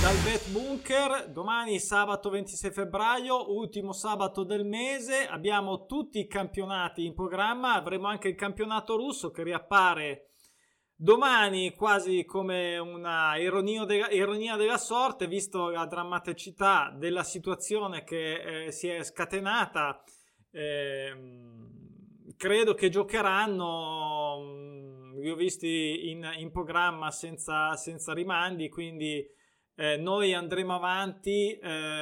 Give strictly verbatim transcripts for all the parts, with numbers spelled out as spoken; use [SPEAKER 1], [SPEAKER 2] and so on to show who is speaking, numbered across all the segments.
[SPEAKER 1] dal Bet Bunker. Domani sabato ventisei febbraio, ultimo sabato del mese, abbiamo tutti i campionati in programma, avremo anche il campionato russo che riappare domani quasi come una ironia, de- ironia della sorte, visto la drammaticità della situazione che eh, si è scatenata. Eh, credo che giocheranno, li ho visti in, in programma senza, senza rimandi, quindi eh, noi andremo avanti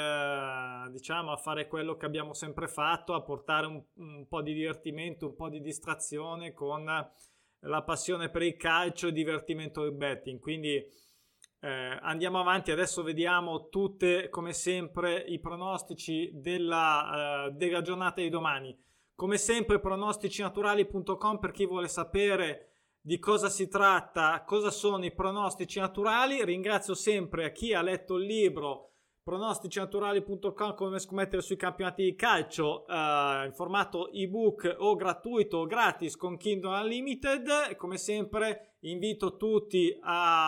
[SPEAKER 1] eh, diciamo a fare quello che abbiamo sempre fatto, a portare un, un po' di divertimento, un po' di distrazione con la passione per il calcio e il divertimento del betting. Quindi eh, andiamo avanti. Adesso vediamo tutte, come sempre, i pronostici della, uh, della giornata di domani. Come sempre pronosticinaturali punto com per chi vuole sapere di cosa si tratta, cosa sono i pronostici naturali. Ringrazio sempre a chi ha letto il libro pronosticinaturali punto com, come scommettere sui campionati di calcio, uh, in formato ebook o gratuito o gratis con Kindle Unlimited. Come sempre invito tutti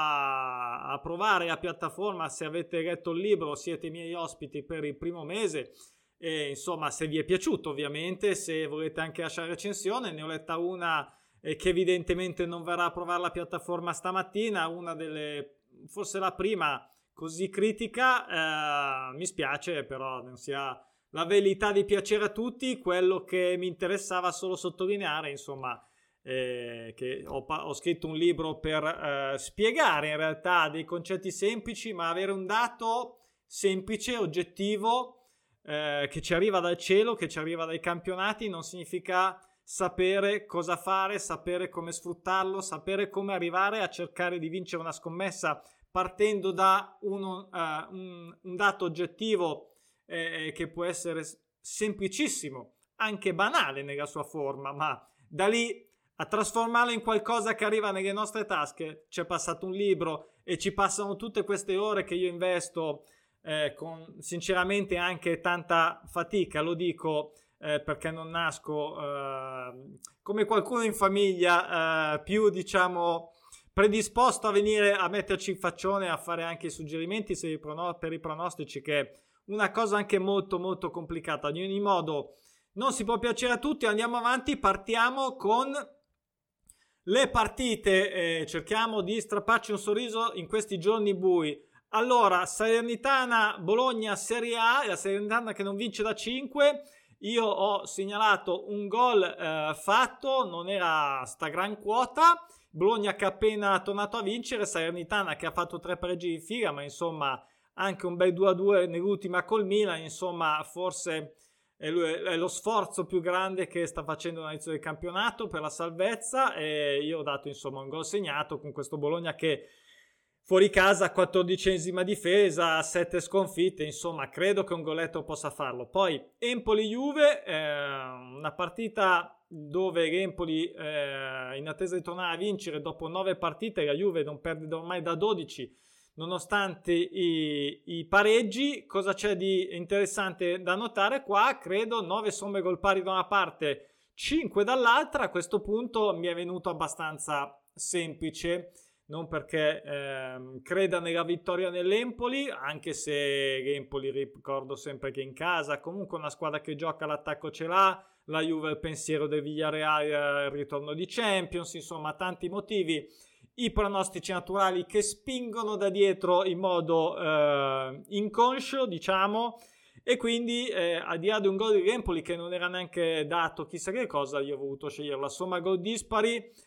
[SPEAKER 1] a, a provare la piattaforma. Se avete letto il libro siete i miei ospiti per il primo mese e insomma, se vi è piaciuto, ovviamente, se volete anche lasciare recensione. Ne ho letta una eh, che evidentemente non verrà a provare la piattaforma stamattina, una delle, forse la prima così critica. Eh, mi spiace, però non si ha la velleità di piacere a tutti. Quello che mi interessava solo sottolineare, insomma, eh, che ho, ho scritto un libro per eh, spiegare in realtà dei concetti semplici, ma avere un dato semplice, oggettivo, eh, che ci arriva dal cielo, che ci arriva dai campionati, non significa sapere cosa fare, sapere come sfruttarlo, sapere come arrivare a cercare di vincere una scommessa partendo da uno, uh, un, un dato oggettivo eh, che può essere semplicissimo, anche banale nella sua forma, ma da lì a trasformarlo in qualcosa che arriva nelle nostre tasche. C'è passato un libro e ci passano tutte queste ore che io investo eh, con sinceramente anche tanta fatica, lo dico eh, perché non nasco eh, come qualcuno in famiglia eh, più diciamo predisposto a venire a metterci in faccione, a fare anche i suggerimenti per i pronostici, che è una cosa anche molto molto complicata. Ad ogni modo non si può piacere a tutti. Andiamo avanti, partiamo con le partite, eh, cerchiamo di strapparci un sorriso in questi giorni bui. Allora, Salernitana Bologna Serie A, la Salernitana che non vince da cinque. Io ho segnalato un gol eh, fatto, non era sta gran quota. Bologna che è appena tornato a vincere, Salernitana che ha fatto tre pareggi di fila, ma insomma anche un bel due a due nell'ultima col Milan. Insomma, forse è, lui, è lo sforzo più grande che sta facendo all'inizio del campionato per la salvezza, e io ho dato insomma un gol segnato con questo Bologna che fuori casa, quattordicesima difesa, sette sconfitte, insomma credo che un goletto possa farlo. Poi Empoli-Juve, eh, una partita dove l'Empoli eh, in attesa di tornare a vincere dopo nove partite, la Juve non perde ormai da dodici nonostante i, i pareggi. Cosa c'è di interessante da notare qua? Credo nove somme gol pari da una parte, cinque dall'altra. A questo punto mi è venuto abbastanza semplice, non perché ehm, creda nella vittoria nell'Empoli, anche se l'Empoli, ricordo sempre che in casa comunque una squadra che gioca, l'attacco ce l'ha, la Juve il pensiero del Villarreal, il ritorno di Champions, insomma tanti motivi, i pronostici naturali che spingono da dietro in modo eh, inconscio, diciamo, e quindi eh, al di là di un gol di Empoli che non era neanche dato chissà che cosa, io ho voluto scegliere la somma gol dispari.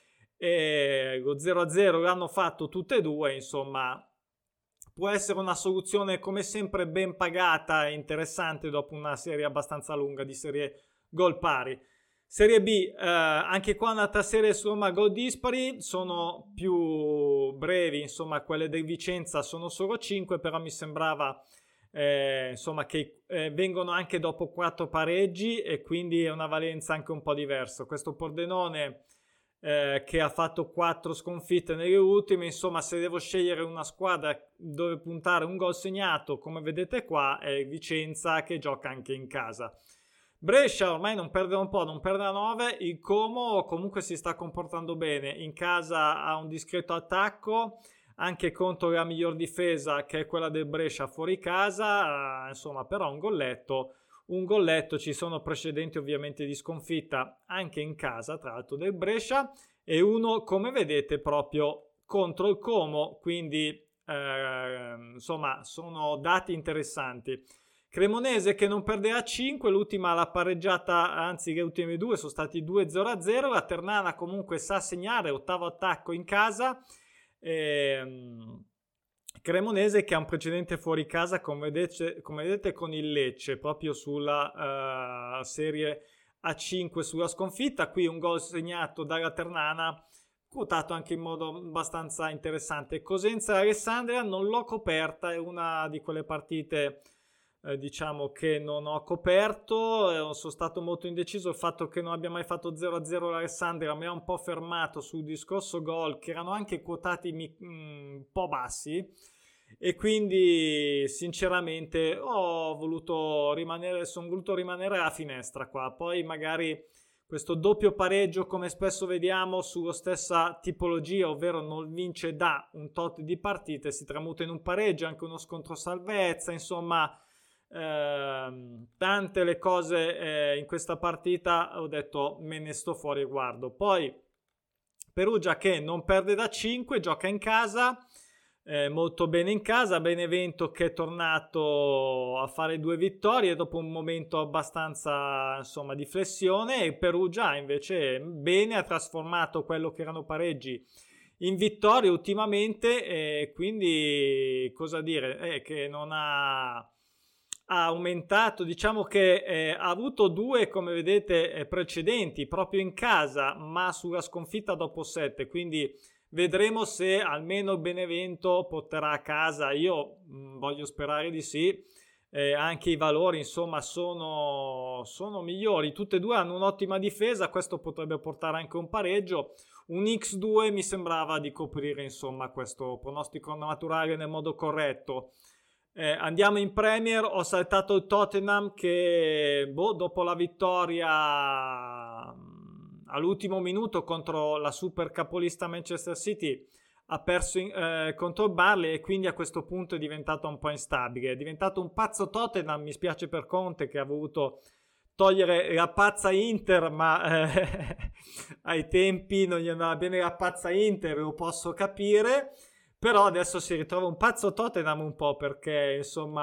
[SPEAKER 1] E lo zero a zero l'hanno fatto tutte e due, insomma può essere una soluzione come sempre ben pagata e interessante dopo una serie abbastanza lunga di serie gol pari. Serie B, eh, anche qua un'altra serie somma gol dispari, sono più brevi, insomma quelle del Vicenza sono solo cinque, però mi sembrava eh, insomma che eh, vengono anche dopo quattro pareggi e quindi è una valenza anche un po' diversa. Questo Pordenone Eh, che ha fatto quattro sconfitte nelle ultime, insomma se devo scegliere una squadra dove puntare un gol segnato, come vedete qua, è Vicenza che gioca anche in casa. Brescia ormai non perde un po', non perde a nove, il Como comunque si sta comportando bene, in casa ha un discreto attacco, anche contro la miglior difesa che è quella del Brescia fuori casa, eh, insomma però un golletto, un golletto, ci sono precedenti ovviamente di sconfitta anche in casa tra l'altro del Brescia e uno come vedete proprio contro il Como, quindi eh, insomma sono dati interessanti. Cremonese che non perde a cinque, l'ultima l'ha pareggiata, anzi le ultime due sono stati due zero a zero, la Ternana comunque sa segnare, ottavo attacco in casa, ehm, Cremonese che ha un precedente fuori casa come vedete, come vedete con il Lecce proprio sulla uh, serie a cinque sulla sconfitta, qui un gol segnato dalla Ternana quotato anche in modo abbastanza interessante. Cosenza Alessandria non l'ho coperta, è una di quelle partite Eh, diciamo che non ho coperto, eh, sono stato molto indeciso. Il fatto che non abbia mai fatto zero a zero l'Alessandria mi ha un po' fermato sul discorso gol che erano anche quotati mi, mm, un po' bassi e quindi sinceramente ho voluto rimanere sono voluto rimanere alla finestra qua. Poi magari questo doppio pareggio come spesso vediamo sulla stessa tipologia, ovvero non vince da un tot di partite, si tramuta in un pareggio, anche uno scontro salvezza, insomma Eh, tante le cose eh, in questa partita. Ho detto me ne sto fuori guardo. Poi Perugia che non perde da cinque, gioca in casa, eh, molto bene in casa. Benevento che è tornato a fare due vittorie dopo un momento abbastanza insomma di flessione, e Perugia invece bene, ha trasformato quello che erano pareggi in vittorie ultimamente, e quindi cosa dire, eh, che non ha ha aumentato, diciamo che eh, ha avuto due come vedete eh, precedenti proprio in casa ma sulla sconfitta dopo sette, quindi vedremo se almeno Benevento porterà a casa. Io mh, voglio sperare di sì, eh, anche i valori insomma sono, sono migliori, tutte e due hanno un'ottima difesa, questo potrebbe portare anche un pareggio. Un ics due mi sembrava di coprire insomma questo pronostico naturale nel modo corretto. Eh, andiamo in Premier, ho saltato il Tottenham che boh, dopo la vittoria all'ultimo minuto contro la super capolista Manchester City ha perso in, eh, contro il Burnley, e quindi a questo punto è diventato un po' instabile, è diventato un pazzo Tottenham. Mi spiace per Conte che ha voluto togliere la pazza Inter, ma eh, ai tempi non gli andava bene la pazza Inter, lo posso capire. Però adesso si ritrova un pazzo Tottenham un po' perché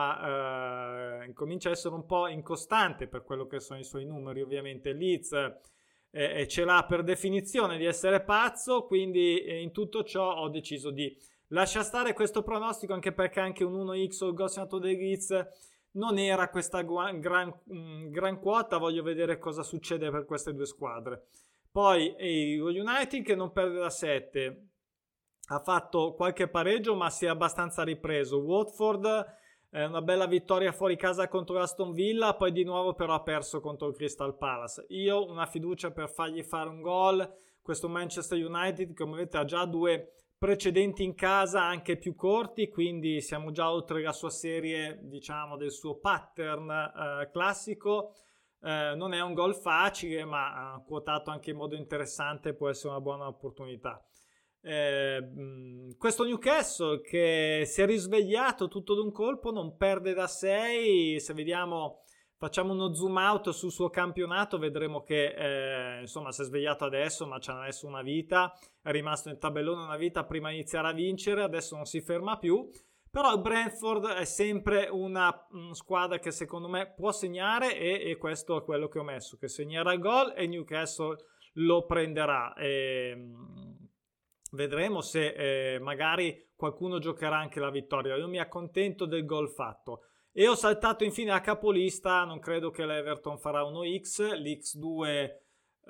[SPEAKER 1] insomma eh, comincia a essere un po' incostante per quello che sono i suoi numeri. Ovviamente Leeds eh, ce l'ha per definizione di essere pazzo, quindi eh, in tutto ciò ho deciso di lasciare stare questo pronostico, anche perché anche un uno ics o il gol segnato dei Leeds non era questa gran, gran, gran quota. Voglio vedere cosa succede per queste due squadre. Poi eh, lo United che non perde da sette, ha fatto qualche pareggio ma si è abbastanza ripreso. Watford eh, una bella vittoria fuori casa contro l'Aston Villa, poi di nuovo però ha perso contro il Crystal Palace. Io una fiducia per fargli fare un gol. Questo Manchester United come vedete ha già due precedenti in casa anche più corti, quindi siamo già oltre la sua serie, diciamo del suo pattern eh, classico. Eh, non è un gol facile ma eh, quotato anche in modo interessante, può essere una buona opportunità. Eh, questo Newcastle che si è risvegliato tutto d'un colpo, non perde da sei. Se vediamo, facciamo uno zoom out sul suo campionato, vedremo che eh, insomma si è svegliato adesso ma ci ha messo una vita, è rimasto in tabellone una vita prima di iniziare a vincere, adesso non si ferma più. Però il Brentford è sempre una mh, squadra che secondo me può segnare, e, e questo è quello che ho messo, che segnerà il gol e Newcastle lo prenderà. E, mh, vedremo se eh, magari qualcuno giocherà anche la vittoria. Io mi accontento del gol fatto. E ho saltato infine a capolista, non credo che l'Everton farà uno X, l'X due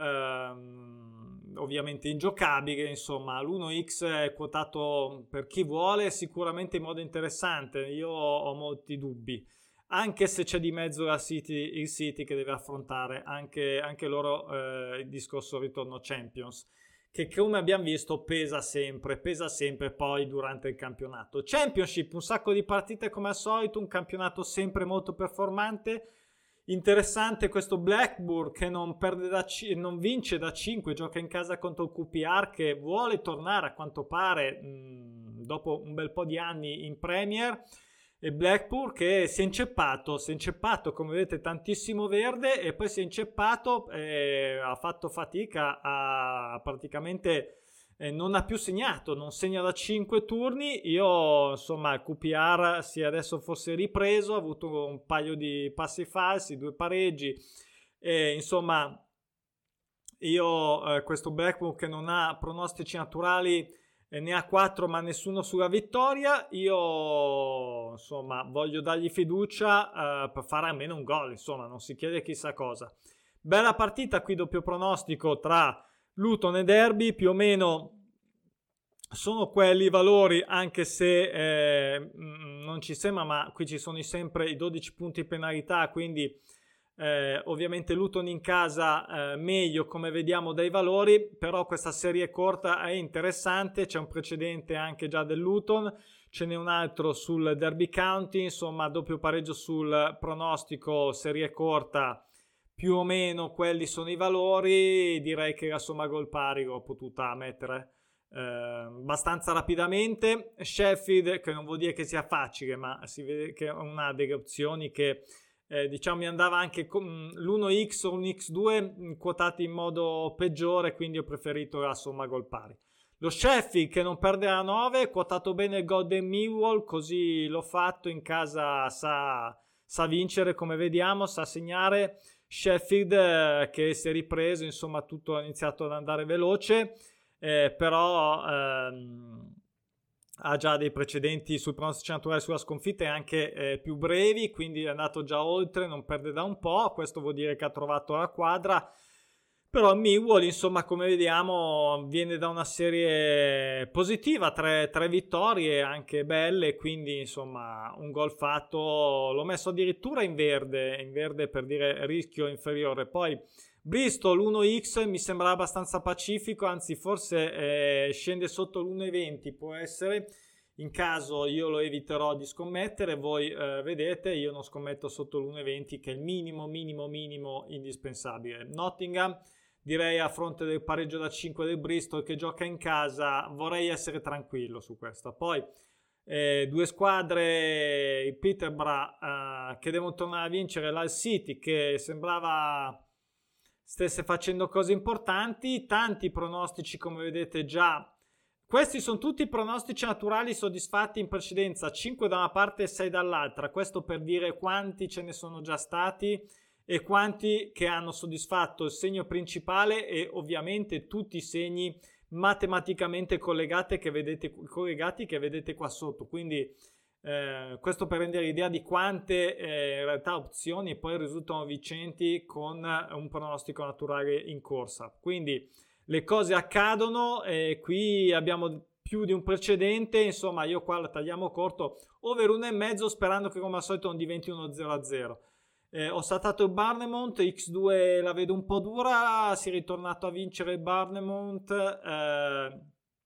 [SPEAKER 1] ehm, ovviamente ingiocabile, insomma l'uno X è quotato per chi vuole, sicuramente in modo interessante. Io ho, ho molti dubbi, anche se c'è di mezzo la City, il City che deve affrontare anche, anche loro eh, il discorso ritorno Champions, che come abbiamo visto pesa sempre, pesa sempre poi durante il campionato. Championship, un sacco di partite come al solito, un campionato sempre molto performante. Interessante questo Blackburn che non, perde da c- non vince da cinque, gioca in casa contro il Q P R che vuole tornare a quanto pare mh, dopo un bel po' di anni in Premier, e Blackpool che si è inceppato, si è inceppato come vedete tantissimo verde, e poi si è inceppato e ha fatto fatica a praticamente eh, non ha più segnato, non segna da cinque turni. Io insomma il Q P R si è adesso forse ripreso, ha avuto un paio di passi falsi, due pareggi, e insomma io eh, questo Blackpool che non ha pronostici naturali, ne ha quattro ma nessuno sulla vittoria, io insomma voglio dargli fiducia eh, per fare almeno un gol, insomma non si chiede chissà cosa. Bella partita qui, doppio pronostico tra Luton e Derby, più o meno sono quelli i valori, anche se eh, non ci sembra, ma qui ci sono sempre i dodici punti penalità, quindi Eh, ovviamente Luton in casa eh, meglio come vediamo dai valori, però questa serie corta è interessante, c'è un precedente anche già del Luton, ce n'è un altro sul Derby County, insomma doppio pareggio sul pronostico, serie corta, più o meno quelli sono i valori. Direi che la somma gol pari l'ho potuta mettere eh, abbastanza rapidamente. Sheffield, che non vuol dire che sia facile, ma si vede che è una delle opzioni che Eh, diciamo mi andava anche con l'uno X o un X due quotati in modo peggiore, quindi ho preferito la somma gol pari. Lo Sheffield che non perde la nove, quotato bene il Golden Millwall, così l'ho fatto in casa, sa, sa vincere come vediamo, sa segnare. Sheffield eh, che si è ripreso, insomma tutto ha iniziato ad andare veloce, eh, però ehm, ha già dei precedenti sul pronostici naturali sulla sconfitta e anche eh, più brevi, quindi è andato già oltre, non perde da un po', questo vuol dire che ha trovato la quadra. Però Millwall, insomma, come vediamo, viene da una serie positiva, tre, tre vittorie anche belle, quindi insomma un gol fatto, l'ho messo addirittura in verde, in verde per dire rischio inferiore. Poi Bristol uno X mi sembrava abbastanza pacifico, anzi forse eh, scende sotto l'uno virgola venti, può essere, in caso io lo eviterò di scommettere, voi eh, vedete, io non scommetto sotto l'uno virgola venti che è il minimo minimo minimo indispensabile. Nottingham, direi a fronte del pareggio da cinque del Bristol che gioca in casa, vorrei essere tranquillo su questa. Poi eh, due squadre, il Peterborough eh, che devono tornare a vincere, l'Hull City che sembrava stesse facendo cose importanti, tanti pronostici come vedete già. Questi sono tutti pronostici naturali soddisfatti in precedenza, cinque da una parte e sei dall'altra, questo per dire quanti ce ne sono già stati e quanti che hanno soddisfatto il segno principale e ovviamente tutti i segni matematicamente collegati che vedete, collegati che vedete qua sotto. Quindi eh, questo per rendere l'idea di quante eh, in realtà opzioni poi risultano vincenti con un pronostico naturale in corsa. Quindi le cose accadono e qui abbiamo più di un precedente, insomma io qua la tagliamo corto, over uno e mezzo sperando che come al solito non diventi uno zero a zero. Eh, ho saltato il Bournemouth, X due la vedo un po' dura, si è ritornato a vincere il Bournemouth, eh,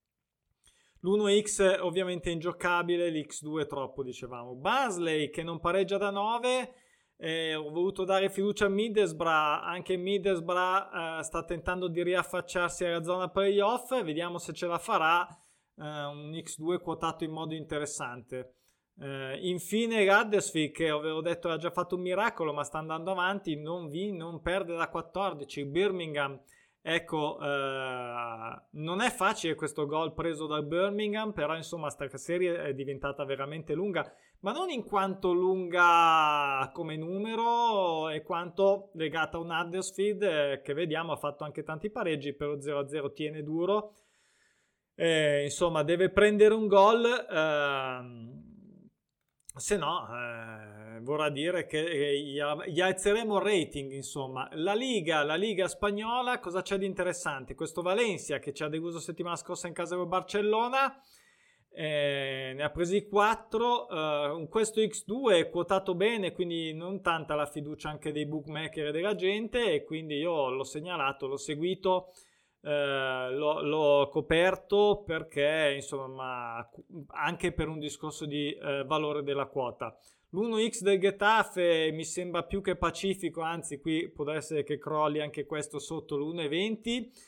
[SPEAKER 1] l'uno X ovviamente è ingiocabile, l'X due è troppo dicevamo. Barnsley che non pareggia da nove, eh, ho voluto dare fiducia a Middlesbrough, anche Middlesbrough eh, sta tentando di riaffacciarsi alla zona playoff, vediamo se ce la farà, eh, un X due quotato in modo interessante. Uh, infine Huddersfield che avevo detto ha già fatto un miracolo ma sta andando avanti, non, vi, non perde da quattordici. Birmingham, ecco, uh, non è facile questo gol preso dal Birmingham, però insomma sta serie è diventata veramente lunga, ma non in quanto lunga come numero e quanto legata a un Huddersfield eh, che vediamo ha fatto anche tanti pareggi, però zero a zero tiene duro, eh, insomma deve prendere un gol, uh, se no eh, vorrà dire che eh, gli alzeremo il rating. Insomma la Liga, la Liga spagnola, cosa c'è di interessante? Questo Valencia che ci ha deluso settimana scorsa in casa del Barcellona, eh, ne ha presi quattro, eh, questo X due è quotato bene, quindi non tanta la fiducia anche dei bookmaker e della gente, e quindi io l'ho segnalato, l'ho seguito, Uh, l'ho, l'ho coperto perché insomma anche per un discorso di uh, valore della quota. L'uno X del Getafe mi sembra più che pacifico, anzi qui può essere che crolli anche questo sotto l'uno virgola venti.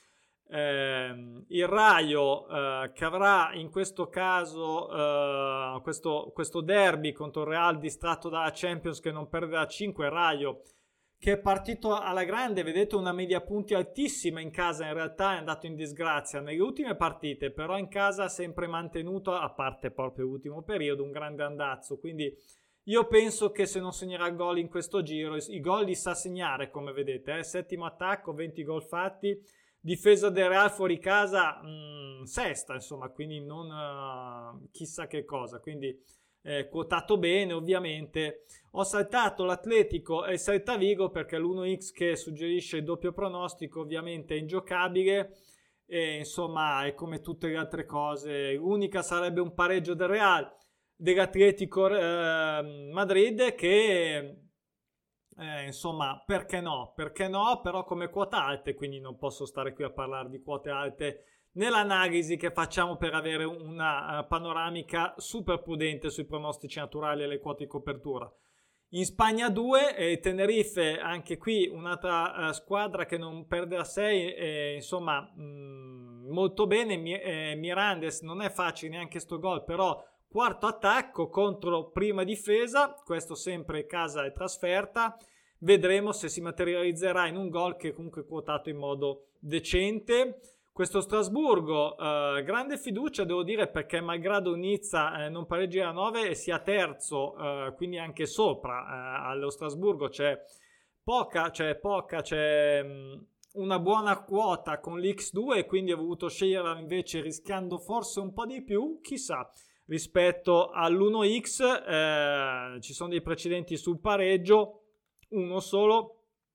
[SPEAKER 1] eh, il Raio eh, che avrà in questo caso eh, questo, questo derby contro il Real distratto dalla Champions, che non perde da cinque. Raio che è partito alla grande, vedete una media punti altissima in casa, in realtà è andato in disgrazia nelle ultime partite, però in casa ha sempre mantenuto, a parte proprio l'ultimo periodo, un grande andazzo, quindi io penso che se non segnerà gol in questo giro, i gol li sa segnare, come vedete, eh? Settimo attacco, venti gol fatti, difesa del Real fuori casa mh, sesta, insomma, quindi non uh, chissà che cosa, quindi eh, quotato bene ovviamente. Ho saltato l'Atletico e il Celta Vigo perché l'uno x che suggerisce il doppio pronostico ovviamente è ingiocabile, e insomma è come tutte le altre cose, l'unica sarebbe un pareggio del Real, dell'Atletico eh, Madrid, che eh, insomma perché no, perché no, però come quote alte, quindi non posso stare qui a parlare di quote alte nell'analisi che facciamo per avere una uh, panoramica super prudente sui pronostici naturali e le quote di copertura. In Spagna due, eh, Tenerife, anche qui un'altra uh, squadra che non perde a sei, eh, insomma mh, molto bene. Mi, eh, Mirandes non è facile neanche sto gol, però quarto attacco contro prima difesa, questo sempre casa e trasferta, vedremo se si materializzerà in un gol che comunque è quotato in modo decente. Questo Strasburgo, eh, grande fiducia devo dire, perché malgrado Nizza eh, non pareggi a nove e sia terzo, eh, quindi anche sopra eh, allo Strasburgo c'è poca, c'è poca, c'è mh, una buona quota con l'X due, e quindi ho voluto sceglierla invece rischiando forse un po' di più, chissà, rispetto all'uno x. Eh, ci sono dei precedenti sul pareggio, uno solo.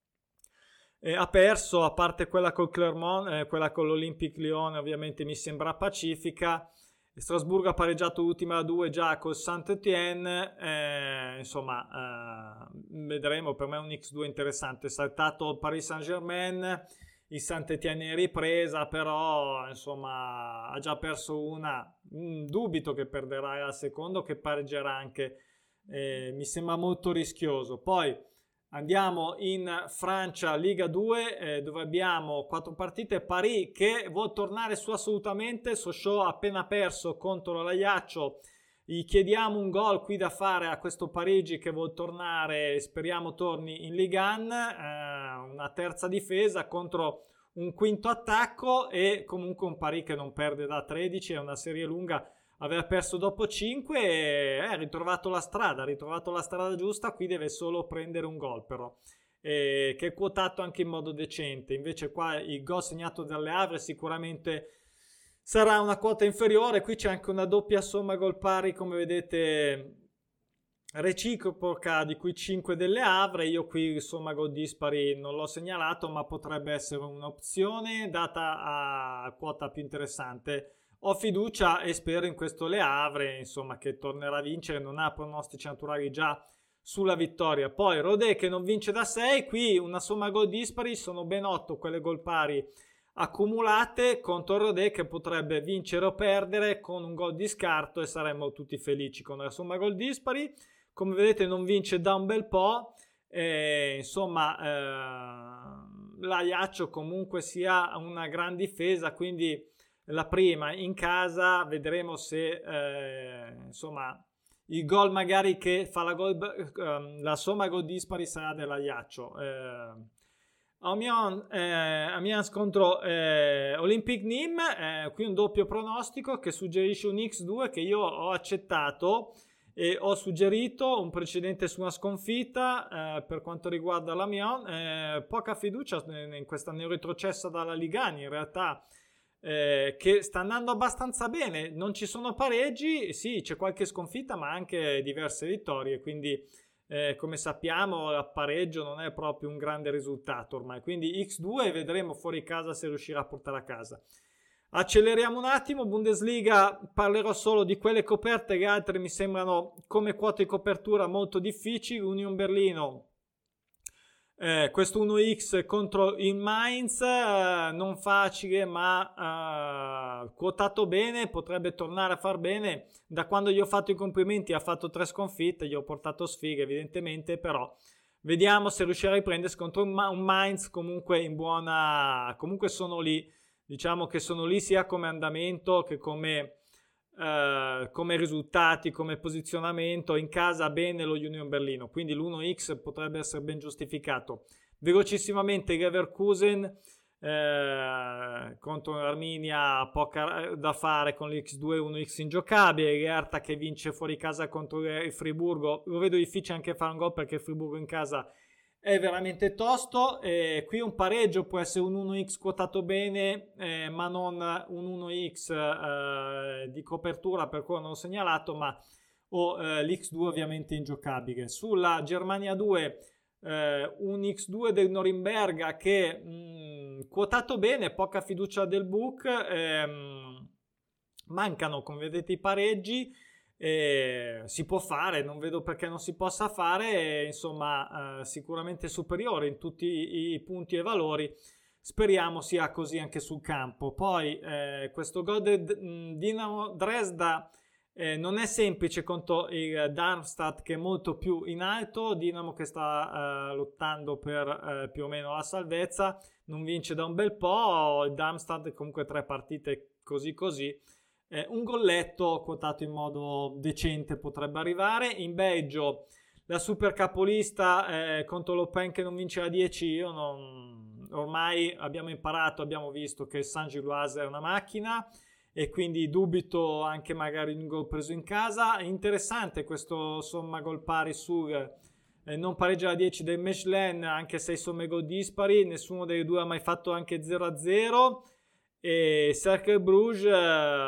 [SPEAKER 1] Eh, ha perso, a parte quella col Clermont, eh, quella con l'Olympique Lyon ovviamente mi sembra pacifica. Strasburgo ha pareggiato l'ultima da due già col Saint-Étienne, eh, insomma eh, vedremo. Per me è un X due interessante. Saltato il Paris Saint-Germain, il Saint-Étienne in ripresa, però insomma ha già perso una, mm, dubito che perderà al secondo, che pareggerà anche, eh, mi sembra molto rischioso. Poi andiamo in Francia, Liga due, eh, dove abbiamo quattro partite. Paris che vuol tornare su assolutamente. Sochaux ha appena perso contro l'Ajaccio. Gli chiediamo un gol qui da fare a questo Parigi che vuol tornare, speriamo torni in Ligue uno, eh, una terza difesa contro un quinto attacco, e comunque un Paris che non perde da tredici, è una serie lunga. Aveva perso dopo cinque e ha eh, ritrovato la strada, ha ritrovato la strada giusta, qui deve solo prendere un gol però, eh, che è quotato anche in modo decente. Invece qua il gol segnato dalle Havre sicuramente sarà una quota inferiore. Qui c'è anche una doppia somma gol pari, come vedete, reciproca, di cui cinque delle Havre. Io qui somma gol dispari non l'ho segnalato, ma potrebbe essere un'opzione data a quota più interessante. Ho fiducia e spero in questo Le Havre, insomma, che tornerà a vincere, non ha pronostici naturali già sulla vittoria. Poi Rodé che non vince da sei, qui una somma gol dispari, sono ben otto quelle gol pari accumulate contro Rodé, che potrebbe vincere o perdere con un gol di scarto, e saremmo tutti felici con la somma gol dispari. Come vedete non vince da un bel po', e, insomma eh, l'Ajaccio comunque sia una gran difesa, quindi la prima in casa, vedremo se eh, insomma il gol magari che fa la, gol, eh, la somma gol dispari sarà dell'Ajaccio. eh, Amiens, eh, Amiens contro eh, Olympique Nîmes, eh, qui un doppio pronostico che suggerisce un X due che io ho accettato, e ho suggerito un precedente su una sconfitta. Eh, per quanto riguarda l'Amiens, eh, poca fiducia in questa neoretrocessa dalla Ligani, in realtà Eh, che sta andando abbastanza bene. Non ci sono pareggi, sì, c'è qualche sconfitta, ma anche diverse vittorie, quindi eh, come sappiamo il pareggio non è proprio un grande risultato ormai, quindi X due, vedremo fuori casa se riuscirà a portare a casa. Acceleriamo un attimo. Bundesliga, parlerò solo di quelle coperte, le altre mi sembrano come quote di copertura molto difficili. Union Berlino, Eh, questo uno x contro il Mainz, eh, non facile, ma eh, quotato bene, potrebbe tornare a far bene. Da quando gli ho fatto i complimenti ha fatto tre sconfitte, gli ho portato sfighe evidentemente, però vediamo se riuscirà a riprendersi contro un Mainz comunque in buona, comunque sono lì, diciamo che sono lì sia come andamento che come, eh, come risultati, come posizionamento. In casa bene lo Union Berlino, quindi l'uno x potrebbe essere ben giustificato. Velocissimamente Leverkusen eh, contro l'Arminia, poca da fare con l'X due, uno x ingiocabile. Hertha che vince fuori casa contro il Friburgo, lo vedo difficile anche fare un gol perché il Friburgo in casa è veramente tosto. Eh, qui un pareggio può essere un uno x quotato bene, eh, ma non un uno x eh, di copertura, per cui non l'ho segnalato, ma o eh, l'X due ovviamente ingiocabile. Sulla Germania due eh, un X due del Norimberga che mh, quotato bene, poca fiducia del book, ehm, mancano come vedete i pareggi. Eh, si può fare, non vedo perché non si possa fare, eh, insomma eh, sicuramente superiore in tutti i, i punti e valori, speriamo sia così anche sul campo. Poi eh, questo gol del Dinamo Dresda eh, non è semplice contro il Darmstadt che è molto più in alto, Dinamo che sta eh, lottando per eh, più o meno la salvezza, non vince da un bel po', il Darmstadt comunque tre partite così così. Eh, un golletto quotato in modo decente potrebbe arrivare. In Belgio la super capolista eh, contro l'Open che non vince la dieci, io non... ormai abbiamo imparato, abbiamo visto che il Saint-Gilloise è una macchina e quindi dubito anche magari un gol preso in casa. Interessante questo somma gol pari sul eh, non pareggia la dieci del Mechelen, anche se i somme gol dispari, nessuno dei due ha mai fatto anche zero a zero. E Cercle Bruges eh,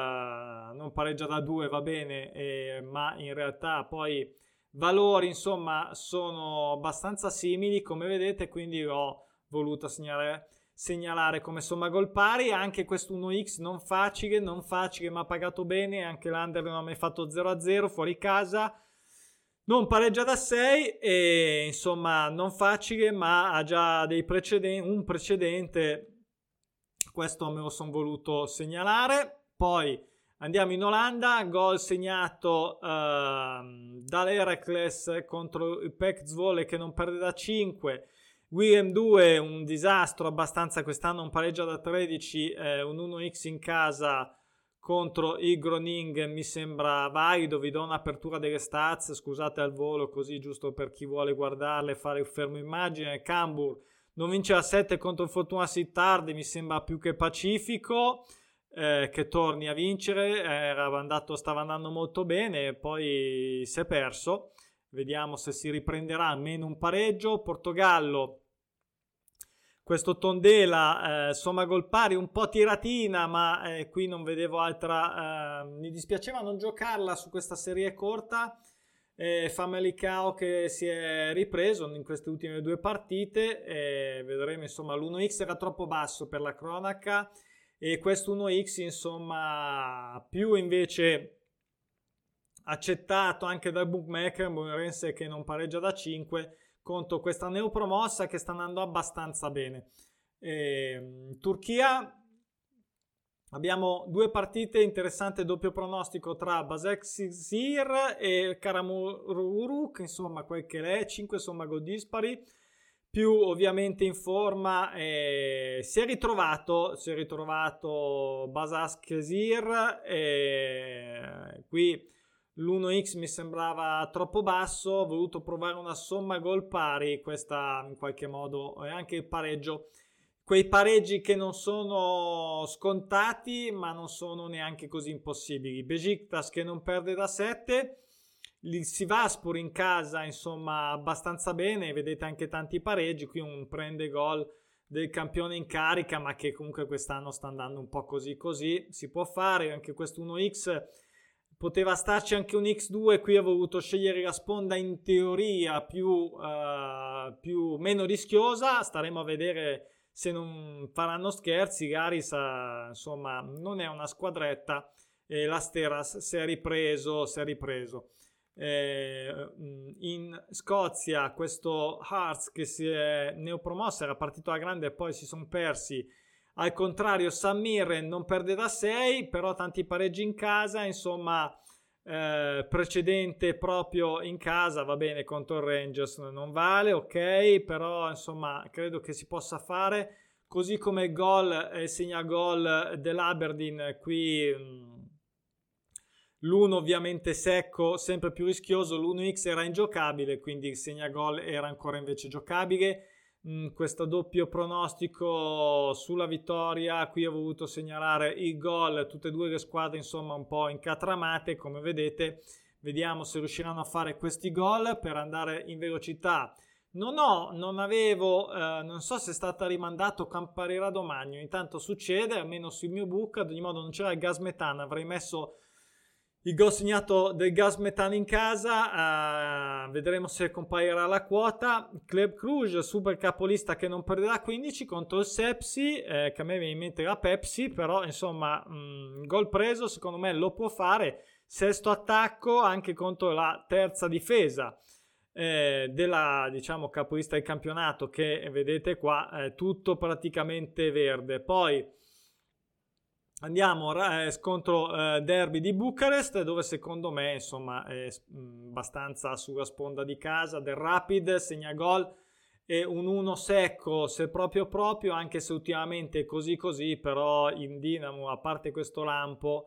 [SPEAKER 1] non pareggia da due, va bene, eh, ma in realtà poi valori insomma sono abbastanza simili come vedete, quindi ho voluto segnalare, segnalare come somma gol pari. Anche questo uno x non facile, non facile ma pagato bene, anche l'Under non ha mai fatto zero a zero fuori casa, non pareggia da sei e insomma non facile ma ha già dei precedenti, un precedente. Questo me lo sono voluto segnalare. Poi andiamo in Olanda, gol segnato uh, dall'Heracles contro il P E C Zwolle che non perde da cinque. Willem due, un disastro abbastanza quest'anno, un pareggio da tredici, eh, un uno x in casa contro il Groningen mi sembra valido. Vi do un'apertura delle stats, scusate al volo così giusto per chi vuole guardarle, fare il fermo immagine. Cambuur non vince a sette contro il Fortuna Sittard, mi sembra più che pacifico eh, che torni a vincere. Era andato, stava andando molto bene, poi si è perso. Vediamo se si riprenderà, almeno un pareggio. Portogallo, questo Tondela, eh, somma gol pari, un po' tiratina, ma eh, qui non vedevo altra. Eh, mi dispiaceva non giocarla su questa serie corta. Eh, Famalicão che si è ripreso in queste ultime due partite, eh, vedremo insomma. L'uno x era troppo basso per la cronaca e questo uno x insomma più invece accettato anche dal bookmaker Moreirense che non pareggia da cinque contro questa neopromossa che sta andando abbastanza bene. Eh, Turchia, abbiamo due partite interessanti, doppio pronostico tra Basaksehir e Karamuruk, insomma quel che è, cinque somma gol dispari, più ovviamente in forma. Eh, si è ritrovato, si è ritrovato Basaksehir, e qui l'uno x mi sembrava troppo basso, ho voluto provare una somma gol pari, questa in qualche modo è anche il pareggio. Quei pareggi che non sono scontati ma non sono neanche così impossibili. Besiktas che non perde da sette, il Sivasspor in casa insomma abbastanza bene, vedete anche tanti pareggi, qui un prende gol del campione in carica ma che comunque quest'anno sta andando un po' così così, si può fare. Anche questo uno x poteva starci anche un x due, qui ho voluto scegliere la sponda in teoria più, uh, più meno rischiosa, staremo a vedere se non faranno scherzi. Garis insomma non è una squadretta e la Steras si è ripreso, si è ripreso. Eh, in Scozia questo Hearts che si è neopromossa, era partito alla grande e poi si sono persi. Al contrario St Mirren non perde da sei, però tanti pareggi in casa, insomma eh, precedente proprio in casa, va bene, contro il Rangers non vale, ok, però insomma credo che si possa fare. così come il gol e segna gol dell'Aberdeen qui. Mh, l'uno ovviamente secco, sempre più rischioso, l'uno x era ingiocabile, quindi il segna gol era ancora invece giocabile. Mm, questo doppio pronostico sulla vittoria, qui ho voluto segnalare il gol, tutte e due le squadre insomma un po' incatramate, come vedete. Vediamo se riusciranno a fare questi gol per andare in velocità. Non ho, non avevo, eh, non so se è stata rimandato Camparera Domagno, intanto succede, almeno sul mio book, ad ogni modo non c'era il gas metano, avrei messo il gol segnato del gas metano in casa, uh, vedremo se comparirà la quota. Club Cluj, super capolista che non perderà quindici contro il Sepsi, eh, che a me viene in mente la Pepsi, però insomma mh, gol preso secondo me lo può fare. Sesto attacco anche contro la terza difesa eh, della, diciamo, capolista del campionato, che vedete qua è tutto praticamente verde. Poi andiamo a eh, scontro eh, derby di Bucarest, dove secondo me insomma è mh, abbastanza sulla sponda di casa del Rapid, segna gol e un uno secco se proprio proprio, anche se ultimamente è così così, però in Dinamo, a parte questo lampo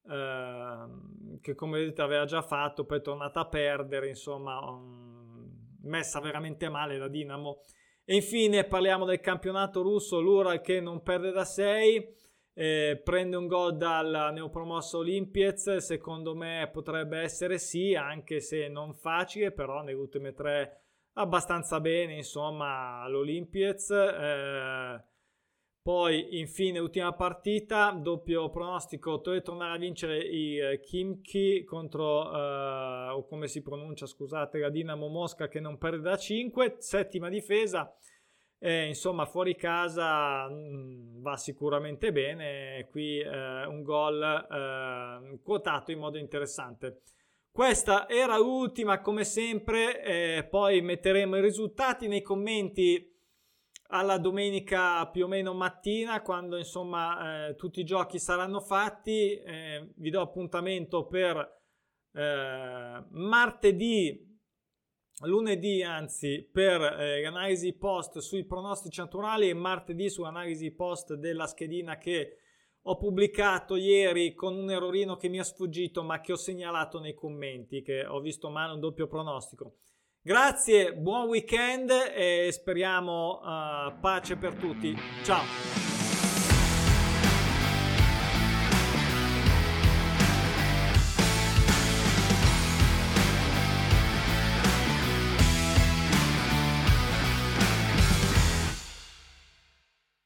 [SPEAKER 1] eh, che come vedete aveva già fatto, poi è tornata a perdere, insomma um, messa veramente male la Dinamo. E infine parliamo del campionato russo, l'Ural che non perde da sei. Eh, prende un gol dal neopromosso Olimpiez, secondo me potrebbe essere sì, anche se non facile, però nelle ultime tre abbastanza bene insomma l'Olimpiez. Eh, poi infine ultima partita, doppio pronostico, dovete tornare a vincere i eh, Khimki contro eh, o come si pronuncia scusate la Dinamo Mosca che non perde da cinque, settima difesa. Eh, insomma fuori casa mh, va sicuramente bene, qui eh, un gol eh, quotato in modo interessante. Questa era l'ultima come sempre, eh, poi metteremo i risultati nei commenti alla domenica più o meno mattina, quando insomma eh, tutti i giochi saranno fatti. Eh, vi do appuntamento per eh, martedì lunedì anzi per eh, l'analisi post sui pronostici naturali e martedì sull'analisi post della schedina che ho pubblicato ieri con un errorino che mi è sfuggito ma che ho segnalato nei commenti, che ho visto male un doppio pronostico. Grazie, buon weekend e speriamo uh, pace per tutti. Ciao!